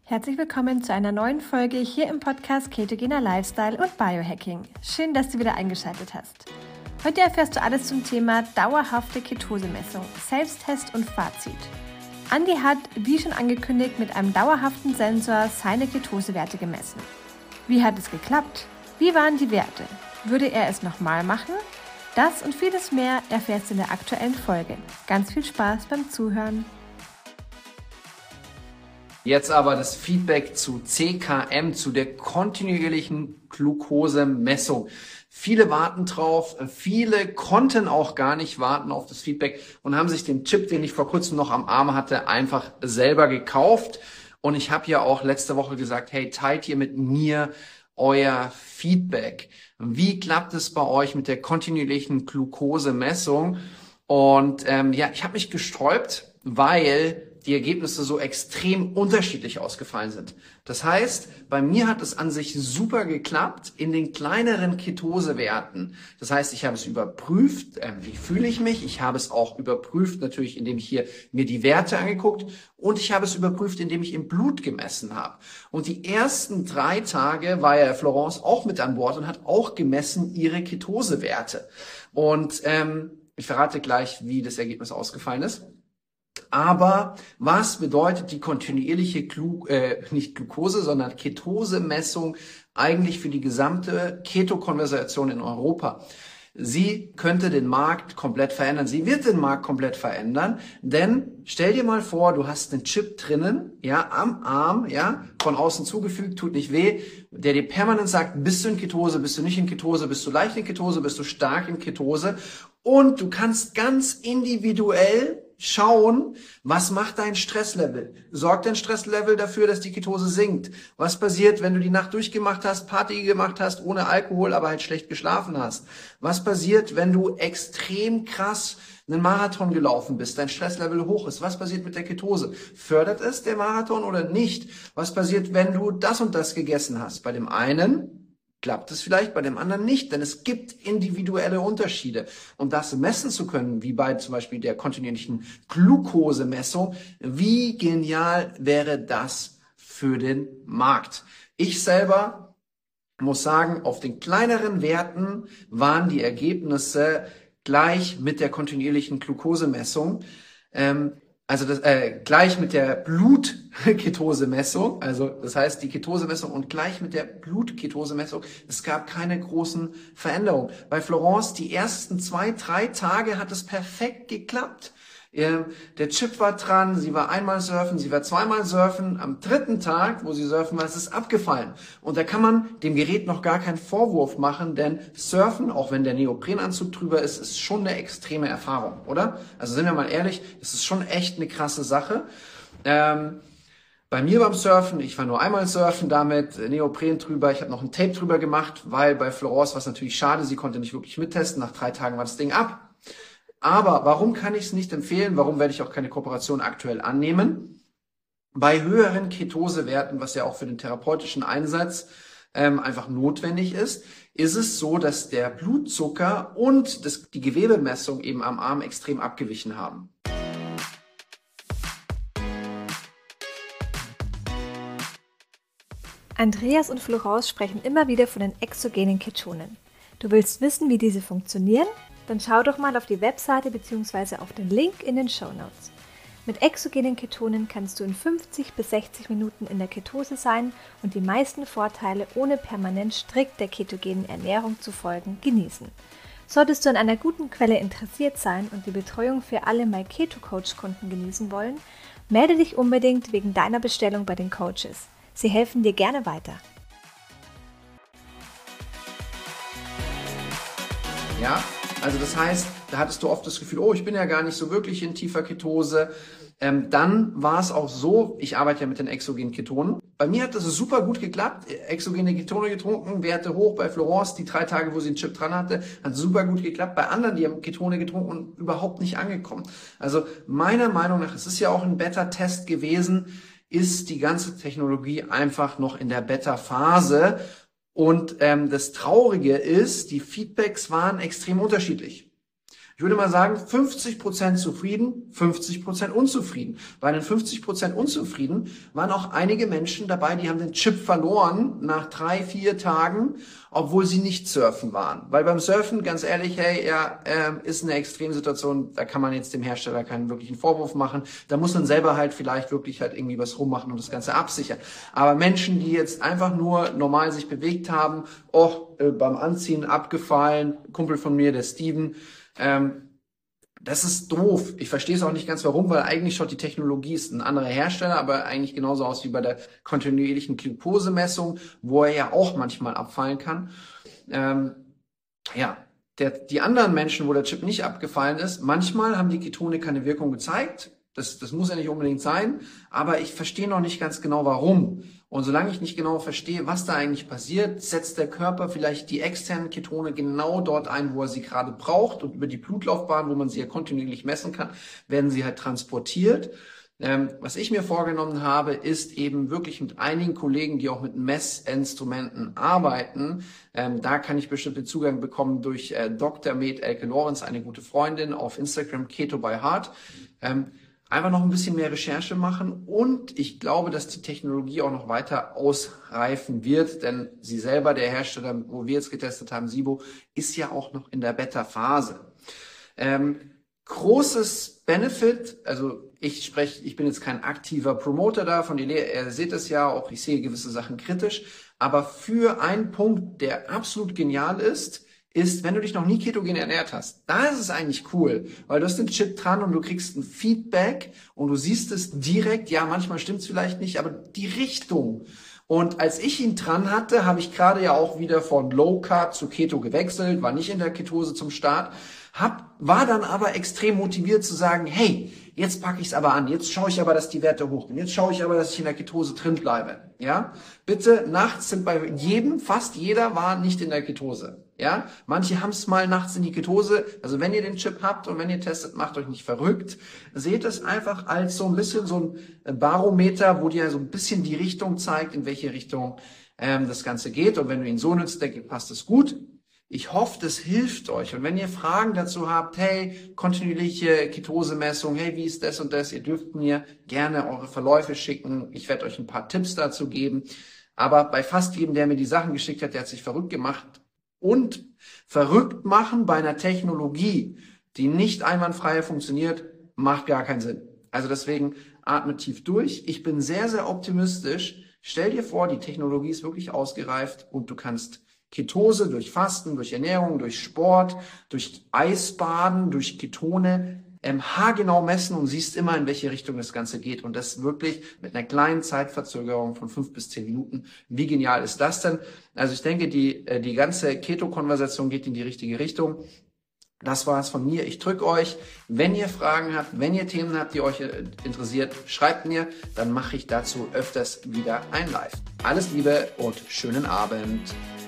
Herzlich willkommen zu einer neuen Folge hier im Podcast Ketogener Lifestyle und Biohacking. Schön, dass du wieder eingeschaltet hast. Heute erfährst du alles zum Thema dauerhafte Ketosemessung, Selbsttest und Fazit. Andi hat, wie schon angekündigt, mit einem dauerhaften Sensor seine Ketosewerte gemessen. Wie hat es geklappt? Wie waren die Werte? Würde er es nochmal machen? Das und vieles mehr erfährst du in der aktuellen Folge. Ganz viel Spaß beim Zuhören. Jetzt aber das Feedback zu CKM, zu der kontinuierlichen Glukosemessung. Viele warten drauf, viele konnten auch gar nicht warten auf das Feedback und haben sich den Chip, den ich vor kurzem noch am Arm hatte, einfach selber gekauft. Und ich habe ja auch letzte Woche gesagt, hey, teilt ihr mit mir euer Feedback. Wie klappt es bei euch mit der kontinuierlichen Glukosemessung? Und ich habe mich gesträubt, weil die Ergebnisse so extrem unterschiedlich ausgefallen sind. Das heißt, bei mir hat es an sich super geklappt in den kleineren Ketosewerten. Das heißt, ich habe es überprüft, wie fühle ich mich. Ich habe es auch überprüft, natürlich, indem ich hier mir die Werte angeguckt und ich habe es überprüft, indem ich im Blut gemessen habe. Und die ersten 3 Tage war ja Florence auch mit an Bord und hat auch gemessen ihre Ketosewerte. Und ich verrate gleich, wie das Ergebnis ausgefallen ist. Aber was bedeutet die kontinuierliche nicht Glucose, sondern Ketosemessung eigentlich für die gesamte Keto-Konversation in Europa? Sie könnte den Markt komplett verändern. Sie wird den Markt komplett verändern, denn stell dir mal vor, du hast einen Chip drinnen, ja, am Arm, ja, von außen zugefügt, tut nicht weh, der dir permanent sagt, bist du in Ketose, bist du nicht in Ketose, bist du leicht in Ketose, bist du stark in Ketose und du kannst ganz individuell schauen, was macht dein Stresslevel? Sorgt dein Stresslevel dafür, dass die Ketose sinkt? Was passiert, wenn du die Nacht durchgemacht hast, Party gemacht hast, ohne Alkohol, aber halt schlecht geschlafen hast? Was passiert, wenn du extrem krass einen Marathon gelaufen bist, dein Stresslevel hoch ist? Was passiert mit der Ketose? Fördert es der Marathon oder nicht? Was passiert, wenn du das und das gegessen hast? Bei dem einen klappt es vielleicht, bei dem anderen nicht, denn es gibt individuelle Unterschiede. Und das messen zu können, wie bei zum Beispiel der kontinuierlichen Glukosemessung, wie genial wäre das für den Markt? Ich selber muss sagen, auf den kleineren Werten waren die Ergebnisse gleich mit der kontinuierlichen Glukosemessung. Gleich mit der Blutketosemessung, also das heißt die Ketosemessung und gleich mit der Blutketosemessung, es gab keine großen Veränderungen. Bei Florence die ersten 2, 3 Tage hat es perfekt geklappt. Der Chip war dran, sie war einmal surfen, sie war zweimal surfen. Am 3. Tag, wo sie surfen war, ist es abgefallen. Und da kann man dem Gerät noch gar keinen Vorwurf machen, denn Surfen, auch wenn der Neoprenanzug drüber ist, ist schon eine extreme Erfahrung, oder? Also sind wir mal ehrlich, es ist schon echt eine krasse Sache. Bei mir beim Surfen, ich war nur einmal surfen damit, Neopren drüber, ich habe noch ein Tape drüber gemacht, weil bei Florence war es natürlich schade, sie konnte nicht wirklich mittesten, nach 3 Tagen war das Ding ab. Aber warum kann ich es nicht empfehlen? Warum werde ich auch keine Kooperation aktuell annehmen? Bei höheren Ketosewerten, was ja auch für den therapeutischen Einsatz einfach notwendig ist es so, dass der Blutzucker und die Gewebemessung eben am Arm extrem abgewichen haben. Andreas und Florence sprechen immer wieder von den exogenen Ketonen. Du willst wissen, wie diese funktionieren? Dann schau doch mal auf die Webseite bzw. auf den Link in den Shownotes. Mit exogenen Ketonen kannst du in 50 bis 60 Minuten in der Ketose sein und die meisten Vorteile ohne permanent strikt der ketogenen Ernährung zu folgen genießen. Solltest du an einer guten Quelle interessiert sein und die Betreuung für alle MyKetoCoach-Kunden genießen wollen, melde dich unbedingt wegen deiner Bestellung bei den Coaches. Sie helfen dir gerne weiter. Ja, also das heißt, da hattest du oft das Gefühl, oh, ich bin ja gar nicht so wirklich in tiefer Ketose. Dann war es auch so, ich arbeite ja mit den exogenen Ketonen. Bei mir hat das super gut geklappt. Exogene Ketone getrunken, Werte hoch. Bei Florence, die 3 Tage, wo sie einen Chip dran hatte, hat super gut geklappt. Bei anderen, die haben Ketone getrunken und überhaupt nicht angekommen. Also meiner Meinung nach, es ist ja auch ein Beta-Test gewesen, ist die ganze Technologie einfach noch in der Beta-Phase. Und das Traurige ist, die Feedbacks waren extrem unterschiedlich. Ich würde mal sagen, 50% zufrieden, 50% unzufrieden. Bei den 50% unzufrieden waren auch einige Menschen dabei, die haben den Chip verloren nach 3-4 Tagen, obwohl sie nicht surfen waren. Weil beim Surfen, ganz ehrlich, ist eine Extremsituation, da kann man jetzt dem Hersteller keinen wirklichen Vorwurf machen. Da muss man selber halt vielleicht wirklich halt irgendwie was rummachen und das Ganze absichern. Aber Menschen, die jetzt einfach nur normal sich bewegt haben, beim Anziehen abgefallen, Kumpel von mir, der Steven, das ist doof. Ich verstehe es auch nicht ganz warum, weil eigentlich schaut die Technologie, ist ein anderer Hersteller, aber eigentlich genauso aus wie bei der kontinuierlichen Glukosemessung, wo er ja auch manchmal abfallen kann. Die anderen Menschen, wo der Chip nicht abgefallen ist, manchmal haben die Ketone keine Wirkung gezeigt. Das muss ja nicht unbedingt sein, aber ich verstehe noch nicht ganz genau, warum. Und solange ich nicht genau verstehe, was da eigentlich passiert, setzt der Körper vielleicht die externen Ketone genau dort ein, wo er sie gerade braucht. Und über die Blutlaufbahn, wo man sie ja kontinuierlich messen kann, werden sie halt transportiert. Was ich mir vorgenommen habe, ist eben wirklich mit einigen Kollegen, die auch mit Messinstrumenten arbeiten, da kann ich bestimmte Zugang bekommen durch Dr. Med Elke Lorenz, eine gute Freundin, auf Instagram Keto by Heart. Einfach noch ein bisschen mehr Recherche machen und ich glaube, dass die Technologie auch noch weiter ausreifen wird, denn sie selber, der Hersteller, wo wir jetzt getestet haben, Sibo, ist ja auch noch in der Beta-Phase. Großes Benefit, also ich bin jetzt kein aktiver Promoter davon, ihr seht es ja, auch ich sehe gewisse Sachen kritisch, aber für einen Punkt, der absolut genial ist, wenn du dich noch nie ketogen ernährt hast. Da ist es eigentlich cool, weil du hast den Chip dran und du kriegst ein Feedback und du siehst es direkt, ja, manchmal stimmt es vielleicht nicht, aber die Richtung. Und als ich ihn dran hatte, habe ich gerade ja auch wieder von Low Carb zu Keto gewechselt, war nicht in der Ketose zum Start, war dann aber extrem motiviert zu sagen, hey, jetzt packe ich es aber an, jetzt schaue ich aber, dass die Werte hochgehen, jetzt schaue ich aber, dass ich in der Ketose drin bleibe. Ja, bitte, nachts sind bei jedem, fast jeder war nicht in der Ketose. Ja, manche haben es mal nachts in die Ketose. Also wenn ihr den Chip habt und wenn ihr testet, macht euch nicht verrückt. Seht es einfach als so ein bisschen so ein Barometer, wo dir so ein bisschen die Richtung zeigt, in welche Richtung das Ganze geht. Und wenn du ihn so nutzt, denke ich, passt es gut. Ich hoffe, das hilft euch. Und wenn ihr Fragen dazu habt, hey, kontinuierliche Ketosemessung, hey, wie ist das und das, ihr dürft mir gerne eure Verläufe schicken. Ich werde euch ein paar Tipps dazu geben. Aber bei fast jedem, der mir die Sachen geschickt hat, der hat sich verrückt gemacht. Und verrückt machen bei einer Technologie, die nicht einwandfrei funktioniert, macht gar keinen Sinn. Also deswegen atme tief durch. Ich bin sehr, sehr optimistisch. Stell dir vor, die Technologie ist wirklich ausgereift und du kannst Ketose durch Fasten, durch Ernährung, durch Sport, durch Eisbaden, durch Ketone haargenau messen und siehst immer, in welche Richtung das Ganze geht. Und das wirklich mit einer kleinen Zeitverzögerung von 5 bis 10 Minuten. Wie genial ist das denn? Also ich denke, die ganze Keto-Konversation geht in die richtige Richtung. Das war's von mir. Ich drücke euch. Wenn ihr Fragen habt, wenn ihr Themen habt, die euch interessiert, schreibt mir. Dann mache ich dazu öfters wieder ein Live. Alles Liebe und schönen Abend.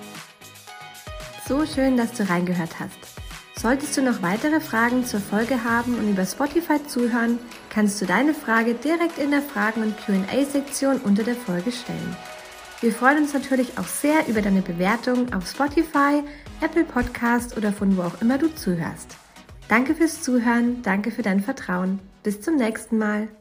So schön, dass du reingehört hast. Solltest du noch weitere Fragen zur Folge haben und über Spotify zuhören, kannst du deine Frage direkt in der Fragen- und Q&A-Sektion unter der Folge stellen. Wir freuen uns natürlich auch sehr über deine Bewertung auf Spotify, Apple Podcast oder von wo auch immer du zuhörst. Danke fürs Zuhören, danke für dein Vertrauen. Bis zum nächsten Mal.